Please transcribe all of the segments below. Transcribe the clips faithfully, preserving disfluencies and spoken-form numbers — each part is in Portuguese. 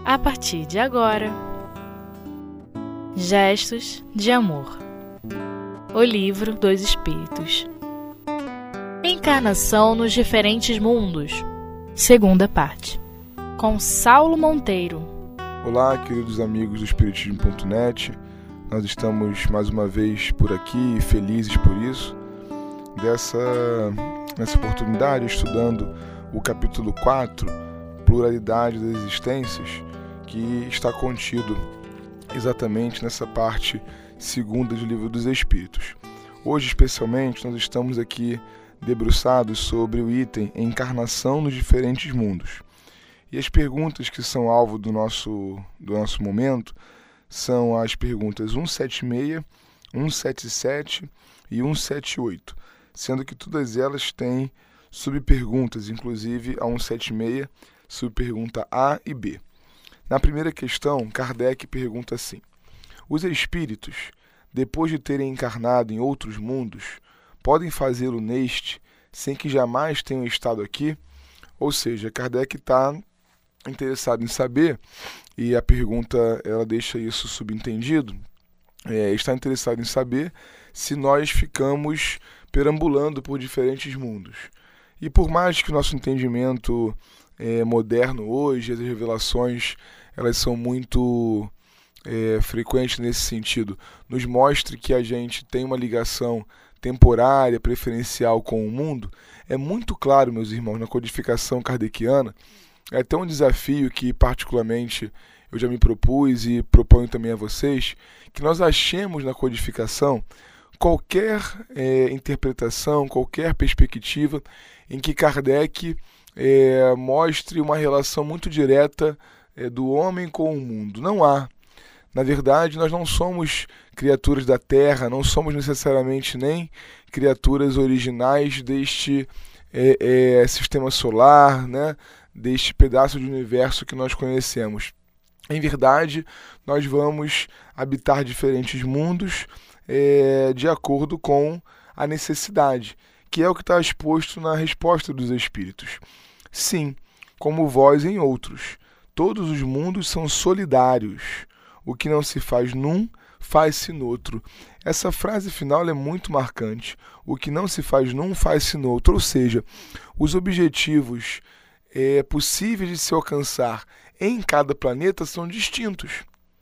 a partir de agora. Gestos de Amor. O Livro dos Espíritos. Encarnação nos Diferentes Mundos. Segunda parte. Com Saulo Monteiro. Olá, queridos amigos do Espiritismo ponto net. Nós estamos mais uma vez por aqui e felizes por isso. Dessa, nessa oportunidade, estudando o capítulo quatro, Pluralidade das Existências, que está contido exatamente nessa parte segunda do Livro dos Espíritos. Hoje, especialmente, nós estamos aqui debruçados sobre o item Encarnação nos Diferentes Mundos. E as perguntas que são alvo do nosso, do nosso momento são as perguntas cento e setenta e seis, cento e setenta e sete e cento e setenta e oito, sendo que todas elas têm subperguntas, inclusive a cento e setenta e seis, subpergunta A e B. Na primeira questão, Kardec pergunta assim: os espíritos, depois de terem encarnado em outros mundos, podem fazê-lo neste, sem que jamais tenham estado aqui? Ou seja, Kardec está interessado em saber, e a pergunta ela deixa isso subentendido, é, está interessado em saber se nós ficamos perambulando por diferentes mundos. E por mais que o nosso entendimento é, moderno hoje, as revelações elas são muito é, frequentes nesse sentido, nos mostre que a gente tem uma ligação temporária, preferencial com o mundo, é muito claro, meus irmãos, na codificação kardeciana. É até um desafio que particularmente eu já me propus e proponho também a vocês, que nós achemos na codificação qualquer é, interpretação, qualquer perspectiva em que Kardec é, mostre uma relação muito direta é, do homem com o mundo. Não há. Na verdade, nós não somos criaturas da Terra, não somos necessariamente nem criaturas originais deste é, é, sistema solar, né, deste pedaço de universo que nós conhecemos. Em verdade, nós vamos habitar diferentes mundos é, de acordo com a necessidade, que é o que está exposto na resposta dos Espíritos. Sim, como vós em outros, todos os mundos são solidários. O que não se faz num, faz-se noutro. Essa frase final é muito marcante. O que não se faz num, faz-se noutro. Ou seja, os objetivos é, possíveis de se alcançar em cada planeta são distintos.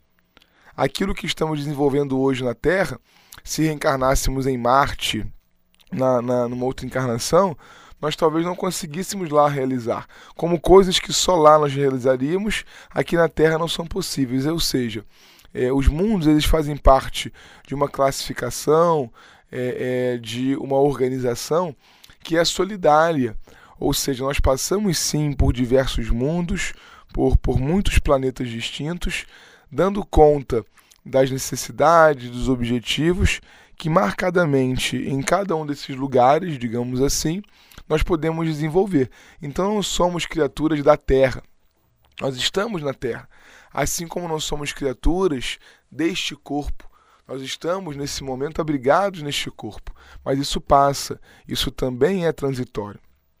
Aquilo que estamos desenvolvendo hoje na Terra, se reencarnássemos em Marte, na, na, numa outra encarnação, nós talvez não conseguíssemos lá realizar. Como coisas que só lá nós realizaríamos, aqui na Terra não são possíveis. Ou seja, é, os mundos eles fazem parte de uma classificação, é, é, de uma organização que é solidária. Ou seja, nós passamos sim por diversos mundos, por, por muitos planetas distintos, dando conta das necessidades, dos objetivos, que marcadamente em cada um desses lugares, digamos assim, nós podemos desenvolver. Então não somos criaturas da Terra, nós estamos na Terra. Assim como não somos criaturas deste corpo, nós estamos nesse momento abrigados neste corpo, mas isso passa, isso também é transitório.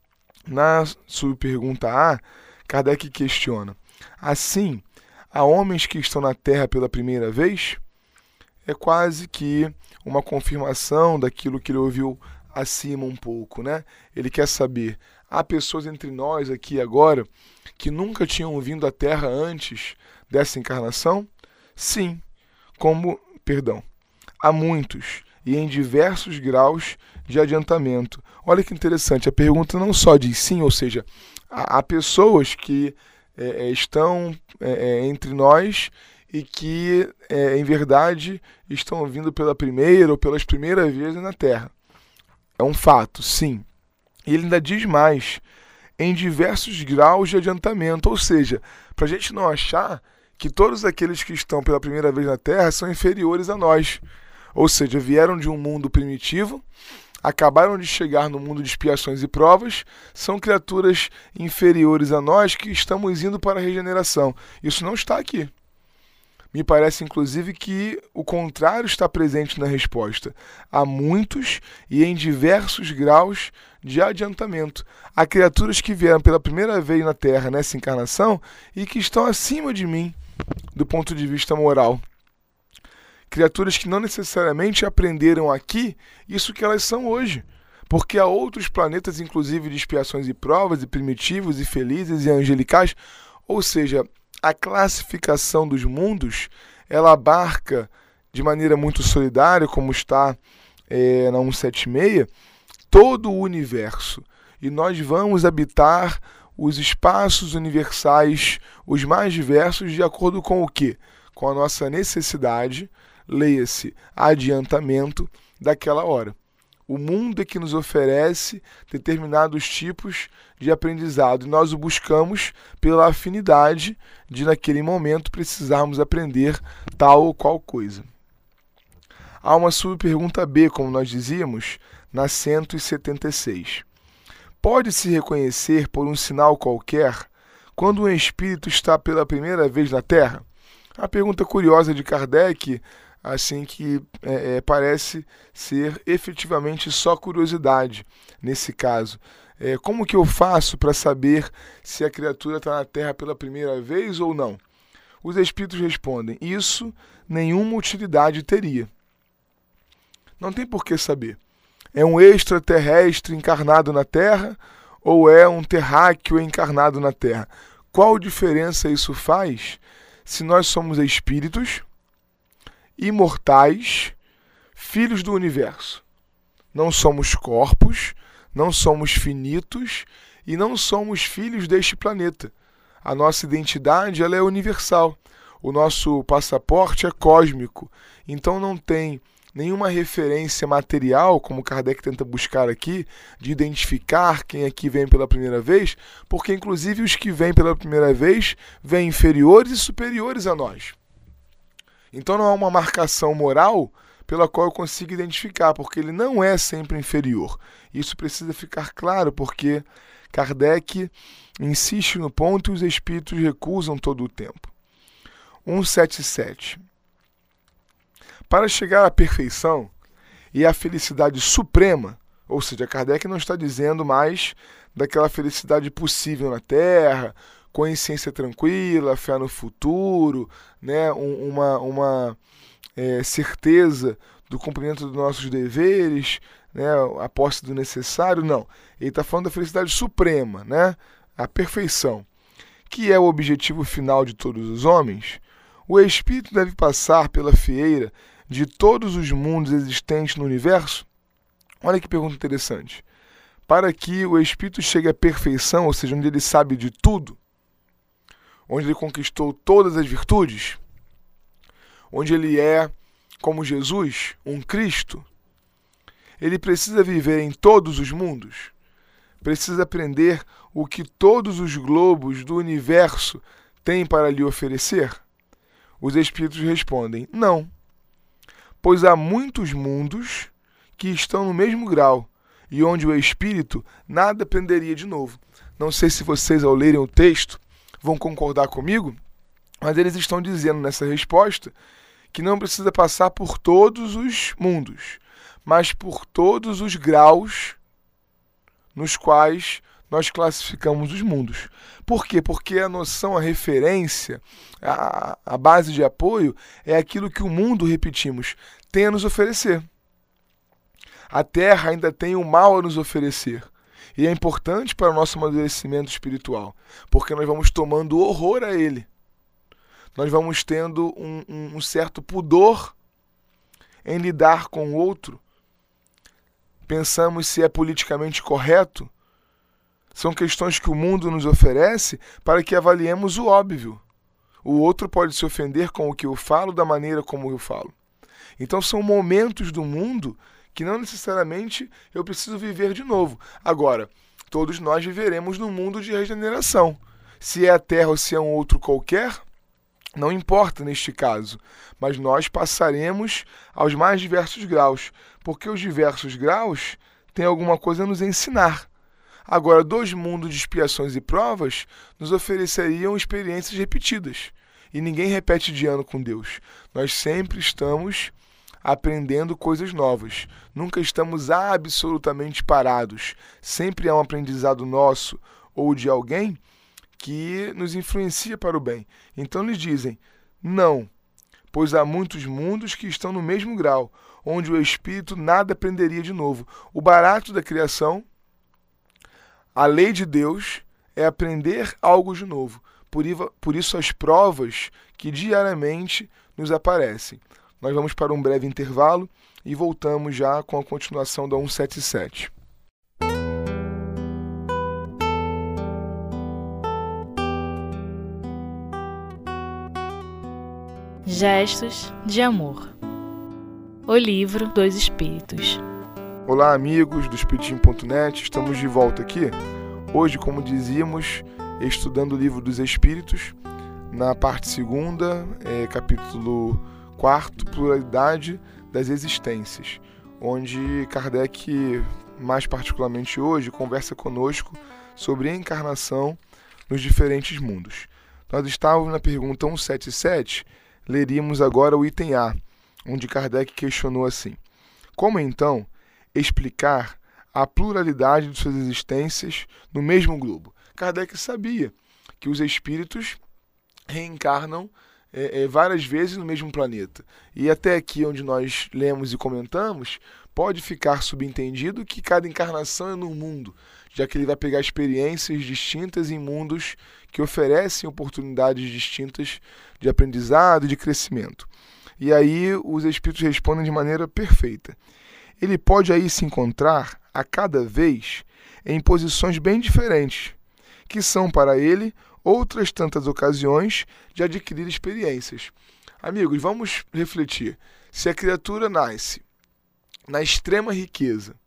Na subpergunta A, Kardec questiona: assim, há homens que estão na Terra pela primeira vez? É quase que uma confirmação daquilo que ele ouviu acima um pouco, né? Ele quer saber, há pessoas entre nós aqui agora que nunca tinham vindo à Terra antes dessa encarnação? Sim, como, perdão, há muitos e em diversos graus de adiantamento. Olha que interessante, a pergunta não só diz sim, ou seja, há, há pessoas que é, estão é, entre nós e que, é, em verdade, estão vindo pela primeira ou pelas primeiras vezes na Terra. É um fato, sim. E ele ainda diz mais, em diversos graus de adiantamento, ou seja, para a gente não achar que todos aqueles que estão pela primeira vez na Terra são inferiores a nós. Ou seja, vieram de um mundo primitivo, acabaram de chegar no mundo de expiações e provas, são criaturas inferiores a nós que estamos indo para a regeneração. Isso não está aqui. Me parece, inclusive, que o contrário está presente na resposta. Há muitos e em diversos graus de adiantamento. Há criaturas que vieram pela primeira vez na Terra nessa encarnação e que estão acima de mim, do ponto de vista moral. Criaturas que não necessariamente aprenderam aqui isso que elas são hoje. Porque há outros planetas, inclusive de expiações e provas, e primitivos, e felizes, e angelicais. Ou seja, a classificação dos mundos, ela abarca de maneira muito solidária, como está é, na cento e setenta e seis, todo o universo. E nós vamos habitar os espaços universais, os mais diversos, de acordo com o quê? Com a nossa necessidade, leia-se, adiantamento daquela hora. O mundo é que nos oferece determinados tipos de aprendizado e nós o buscamos pela afinidade de, naquele momento, precisarmos aprender tal ou qual coisa. Há uma subpergunta B, como nós dizíamos, na cento e setenta e seis. Pode-se reconhecer por um sinal qualquer quando um espírito está pela primeira vez na Terra? A pergunta curiosa de Kardec, assim que é, é, parece ser efetivamente só curiosidade nesse caso. É, como que eu faço para saber se a criatura está na Terra pela primeira vez ou não? Os espíritos respondem, isso nenhuma utilidade teria. Não tem por que saber. É um extraterrestre encarnado na Terra ou é um terráqueo encarnado na Terra? Qual diferença isso faz se nós somos espíritos imortais, filhos do universo? Não somos corpos, não somos finitos e não somos filhos deste planeta. A nossa identidade ela é universal. O nosso passaporte é cósmico. Então não tem nenhuma referência material, como Kardec tenta buscar aqui, de identificar quem aqui vem pela primeira vez, porque inclusive os que vêm pela primeira vez vêm inferiores e superiores a nós. Então não há uma marcação moral pela qual eu consigo identificar, porque ele não é sempre inferior. Isso precisa ficar claro, porque Kardec insiste no ponto e os espíritos recusam todo o tempo. cento e setenta e sete. Para chegar à perfeição e à felicidade suprema, ou seja, Kardec não está dizendo mais daquela felicidade possível na Terra, consciência tranquila, fé no futuro, né, um, uma, uma é, certeza do cumprimento dos nossos deveres, né, a posse do necessário, não. Ele está falando da felicidade suprema, né, a perfeição, que é o objetivo final de todos os homens. O espírito deve passar pela fieira de todos os mundos existentes no universo? Olha que pergunta interessante. Para que o espírito chegue à perfeição, ou seja, onde ele sabe de tudo, onde ele conquistou todas as virtudes, onde ele é, como Jesus, um Cristo, ele precisa viver em todos os mundos, precisa aprender o que todos os globos do universo têm para lhe oferecer? Os espíritos respondem, não, pois há muitos mundos que estão no mesmo grau e onde o espírito nada aprenderia de novo. Não sei se vocês, ao lerem o texto, vão concordar comigo, mas eles estão dizendo nessa resposta que não precisa passar por todos os mundos, mas por todos os graus nos quais nós classificamos os mundos. Por quê? Porque a noção, a referência, a, a base de apoio é aquilo que o mundo, repetimos, tem a nos oferecer. A Terra ainda tem o mal a nos oferecer. E é importante para o nosso amadurecimento espiritual, porque nós vamos tomando horror a ele. Nós vamos tendo um, um, um certo pudor em lidar com o outro. Pensamos se é politicamente correto. São questões que o mundo nos oferece para que avaliemos o óbvio. O outro pode se ofender com o que eu falo, da maneira como eu falo. Então são momentos do mundo que não necessariamente eu preciso viver de novo. Agora, todos nós viveremos num mundo de regeneração. Se é a Terra ou se é um outro qualquer, não importa neste caso. Mas nós passaremos aos mais diversos graus, porque os diversos graus têm alguma coisa a nos ensinar. Agora, dois mundos de expiações e provas nos ofereceriam experiências repetidas. e ninguém repete de ano com Deus. Nós sempre estamos aprendendo coisas novas. Nunca estamos absolutamente parados. Sempre há um aprendizado nosso ou de alguém que nos influencia para o bem. Então eles dizem, não, pois há muitos mundos que estão no mesmo grau, onde o espírito nada aprenderia de novo. O barato da criação, a lei de Deus, é aprender algo de novo. Por isso as provas que diariamente nos aparecem. Nós vamos para um breve intervalo e voltamos já com a continuação da cento e setenta e sete. Gestos de amor. O livro dos Espíritos. Olá, amigos do Espiritismo ponto net, estamos de volta aqui. Hoje, como dizíamos, estudando o livro dos Espíritos, na parte segunda, é, capítulo quarto, Pluralidade das Existências, onde Kardec, mais particularmente hoje, conversa conosco sobre a encarnação nos diferentes mundos. Nós estávamos na pergunta cento e setenta e sete, leríamos agora o item A, onde Kardec questionou assim: como então explicar a pluralidade de suas existências no mesmo globo? Kardec sabia que os espíritos reencarnam é, é, várias vezes no mesmo planeta. E até aqui onde nós lemos e comentamos, pode ficar subentendido que cada encarnação é num mundo, já que ele vai pegar experiências distintas em mundos que oferecem oportunidades distintas de aprendizado e de crescimento. E aí os espíritos respondem de maneira perfeita. Ele pode aí se encontrar a cada vez em posições bem diferentes, que são para ele outras tantas ocasiões de adquirir experiências. Amigos, vamos refletir. Se a criatura nasce na extrema riqueza,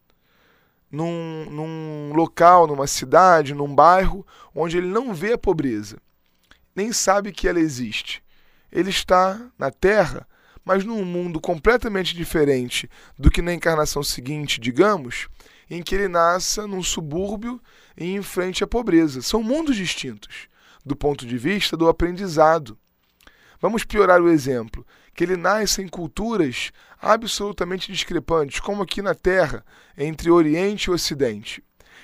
num, num local, numa cidade, num bairro, onde ele não vê a pobreza, nem sabe que ela existe, ele está na Terra, mas num mundo completamente diferente do que na encarnação seguinte, digamos, em que ele nasça num subúrbio e enfrente a pobreza. São mundos distintos, do ponto de vista do aprendizado. Vamos piorar o exemplo, que ele nasce em culturas absolutamente discrepantes, como aqui na Terra, entre Oriente e Ocidente.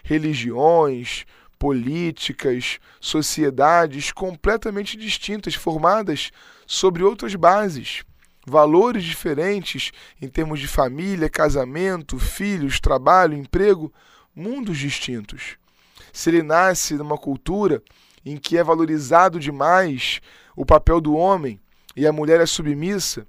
Religiões, políticas, sociedades completamente distintas, formadas sobre outras bases. Valores diferentes em termos de família, casamento, filhos, trabalho, emprego, mundos distintos. Se ele nasce numa cultura em que é valorizado demais o papel do homem e a mulher é submissa,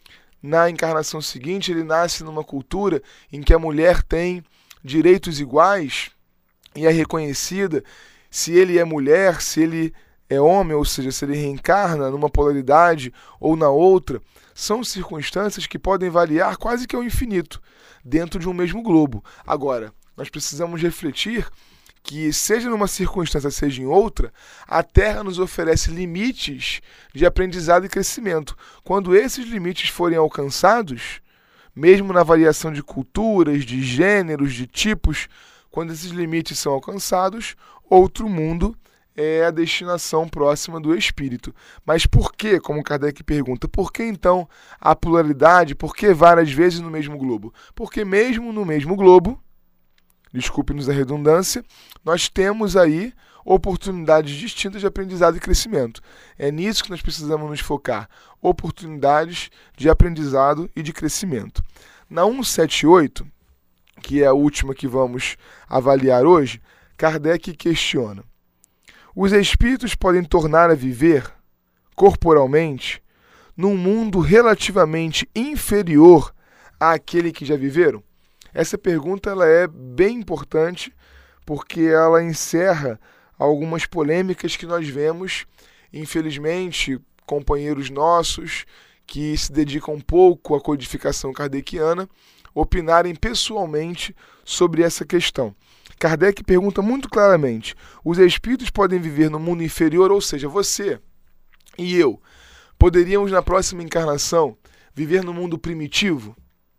na encarnação seguinte ele nasce numa cultura em que a mulher tem direitos iguais e é reconhecida se ele é mulher, se ele é homem, ou seja, se ele reencarna numa polaridade ou na outra. São circunstâncias que podem variar quase que ao infinito dentro de um mesmo globo. Agora, nós precisamos refletir que, seja numa circunstância, seja em outra, a Terra nos oferece limites de aprendizado e crescimento. Quando esses limites forem alcançados, mesmo na variação de culturas, de gêneros, de tipos, quando esses limites são alcançados, outro mundo é a destinação próxima do espírito. Mas por que, como Kardec pergunta, por que então a pluralidade, por que várias vezes no mesmo globo? Porque mesmo no mesmo globo, desculpe-nos a redundância, nós temos aí oportunidades distintas de aprendizado e crescimento. É nisso que nós precisamos nos focar, oportunidades de aprendizado e de crescimento. Na cento e setenta e oito, que é a última que vamos avaliar hoje, Kardec questiona: os espíritos podem tornar a viver, corporalmente, num mundo relativamente inferior àquele que já viveram? Essa pergunta ela é bem importante porque ela encerra algumas polêmicas que nós vemos, infelizmente, companheiros nossos que se dedicam pouco à codificação kardeciana, opinarem pessoalmente sobre essa questão. Kardec pergunta muito claramente: os espíritos podem viver no mundo inferior, ou seja, você e eu, poderíamos na próxima encarnação viver no mundo primitivo?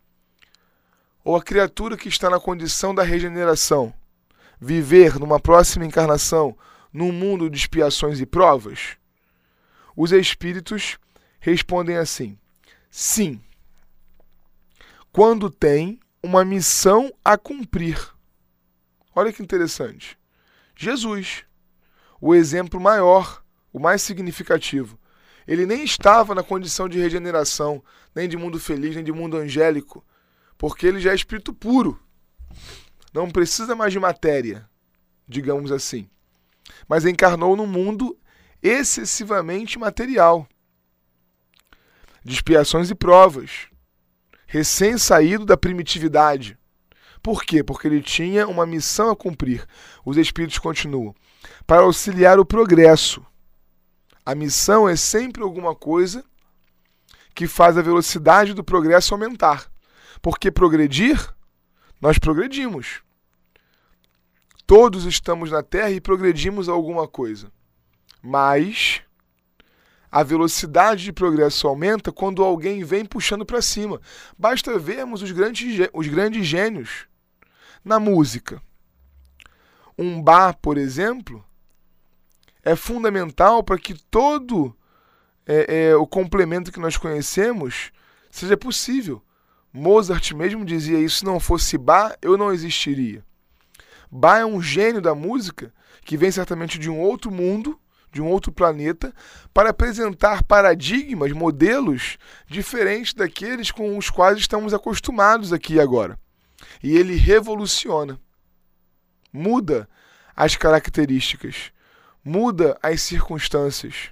Ou a criatura que está na condição da regeneração viver numa próxima encarnação num mundo de expiações e provas? os espíritos respondem assim: sim, quando tem uma missão a cumprir. Olha que interessante. Jesus, o exemplo maior, o mais significativo. Ele nem estava na condição de regeneração, nem de mundo feliz, nem de mundo angélico, porque ele já é espírito puro. Não precisa mais de matéria, digamos assim. Mas encarnou num mundo excessivamente material, de expiações e provas, recém-saído da primitividade. Por quê? Porque ele tinha uma missão a cumprir. Os espíritos continuam. Para auxiliar o progresso. A missão é sempre alguma coisa que faz a velocidade do progresso aumentar. Porque progredir, nós progredimos. Todos estamos na Terra e progredimos alguma coisa. Mas a velocidade de progresso aumenta quando alguém vem puxando para cima. Basta vermos os grandes, os grandes gênios na música. Um Bach, por exemplo, é fundamental para que todo é, é, o complemento que nós conhecemos seja possível. Mozart mesmo dizia isso: se não fosse Bach, eu não existiria. Bach é um gênio da música que vem certamente de um outro mundo, de um outro planeta, para apresentar paradigmas, modelos diferentes daqueles com os quais estamos acostumados aqui e agora. E ele revoluciona, muda as características, muda as circunstâncias.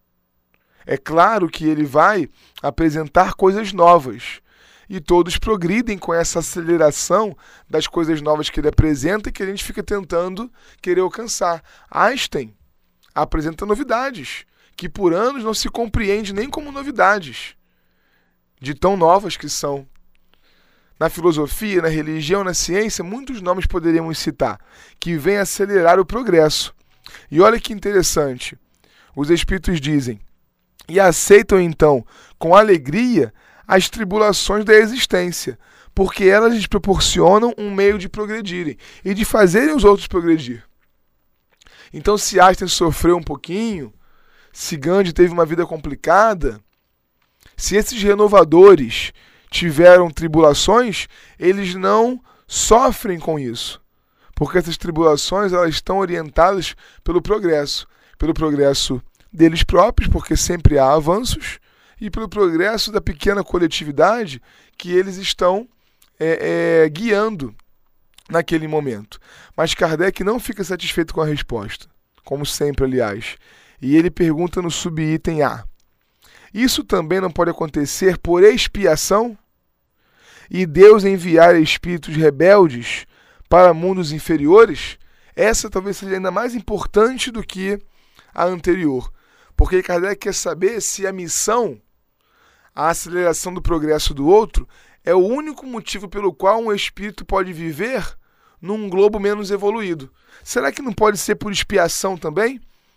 É claro que ele vai apresentar coisas novas, e todos progridem com essa aceleração das coisas novas que ele apresenta e que a gente fica tentando querer alcançar. Einstein apresenta novidades, que por anos não se compreende nem como novidades, de tão novas que são. Na filosofia, na religião, na ciência, muitos nomes poderíamos citar, que vêm acelerar o progresso. E olha que interessante, os espíritos dizem, e aceitam então, com alegria, as tribulações da existência, porque elas lhes proporcionam um meio de progredirem e de fazerem os outros progredir. Então, se Einstein sofreu um pouquinho, se Gandhi teve uma vida complicada, se esses renovadores tiveram tribulações, eles não sofrem com isso, porque essas tribulações elas estão orientadas pelo progresso, pelo progresso deles próprios, porque sempre há avanços, e pelo progresso da pequena coletividade que eles estão é, é, guiando naquele momento. Mas Kardec não fica satisfeito com a resposta, como sempre, aliás, e ele pergunta no subitem A: isso também não pode acontecer por expiação? E Deus enviar espíritos rebeldes para mundos inferiores? Essa talvez seja ainda mais importante do que a anterior, porque Kardec quer saber se a missão, a aceleração do progresso do outro, é o único motivo pelo qual um espírito pode viver num globo menos evoluído. Será que não pode ser por expiação também?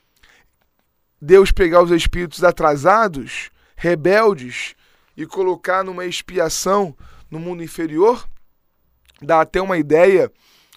Deus pegar os espíritos atrasados, rebeldes, e colocar numa expiação no mundo inferior? Dá até uma ideia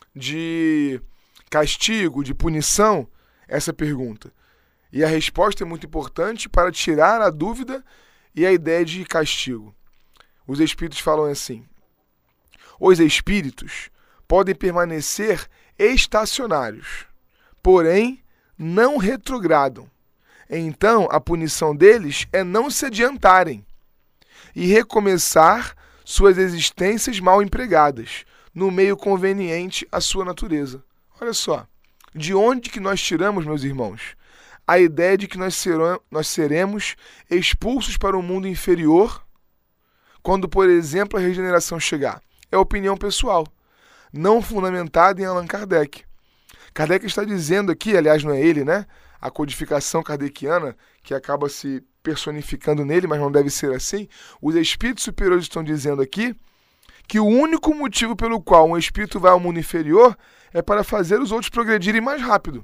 de castigo, de punição, essa pergunta. E a resposta é muito importante para tirar a dúvida e a ideia de castigo. Os espíritos falam assim: os espíritos podem permanecer estacionários, porém não retrogradam. Então, a punição deles é não se adiantarem e recomeçar suas existências mal empregadas, no meio conveniente à sua natureza. Olha só, de onde que nós tiramos, meus irmãos, a ideia de que nós, serão, nós seremos expulsos para o mundo inferior quando, por exemplo, a regeneração chegar? É opinião pessoal, não fundamentada em Allan Kardec. Kardec está dizendo aqui, aliás, não é ele, né? A codificação kardeciana, que acaba se personificando nele, mas não deve ser assim. Os espíritos superiores estão dizendo aqui que o único motivo pelo qual um espírito vai ao mundo inferior é para fazer os outros progredirem mais rápido.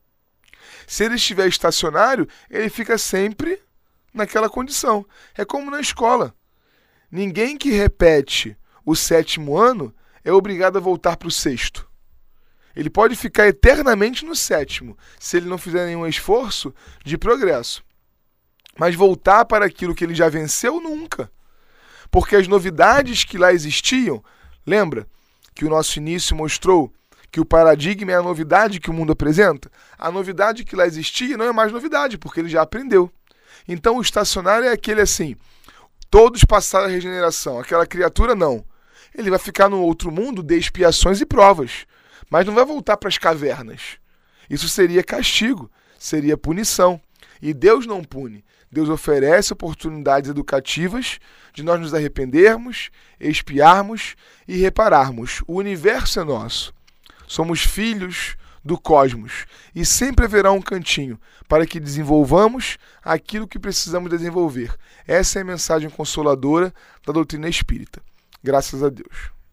Se ele estiver estacionário, ele fica sempre naquela condição. É como na escola. Ninguém que repete o sétimo ano é obrigado a voltar para o sexto. Ele pode ficar eternamente no sétimo, se ele não fizer nenhum esforço de progresso. Mas voltar para aquilo que ele já venceu, nunca. Porque as novidades que lá existiam, lembra que o nosso início mostrou que o paradigma é a novidade que o mundo apresenta? A novidade que lá existia não é mais novidade, porque ele já aprendeu. Então o estacionário é aquele assim, todos passaram a regeneração, aquela criatura não. Ele vai ficar no outro mundo de expiações e provas, mas não vai voltar para as cavernas. Isso seria castigo, seria punição. E Deus não pune. Deus oferece oportunidades educativas de nós nos arrependermos, expiarmos e repararmos. O universo é nosso. Somos filhos do cosmos e sempre haverá um cantinho para que desenvolvamos aquilo que precisamos desenvolver. Essa é a mensagem consoladora da doutrina espírita. Graças a Deus.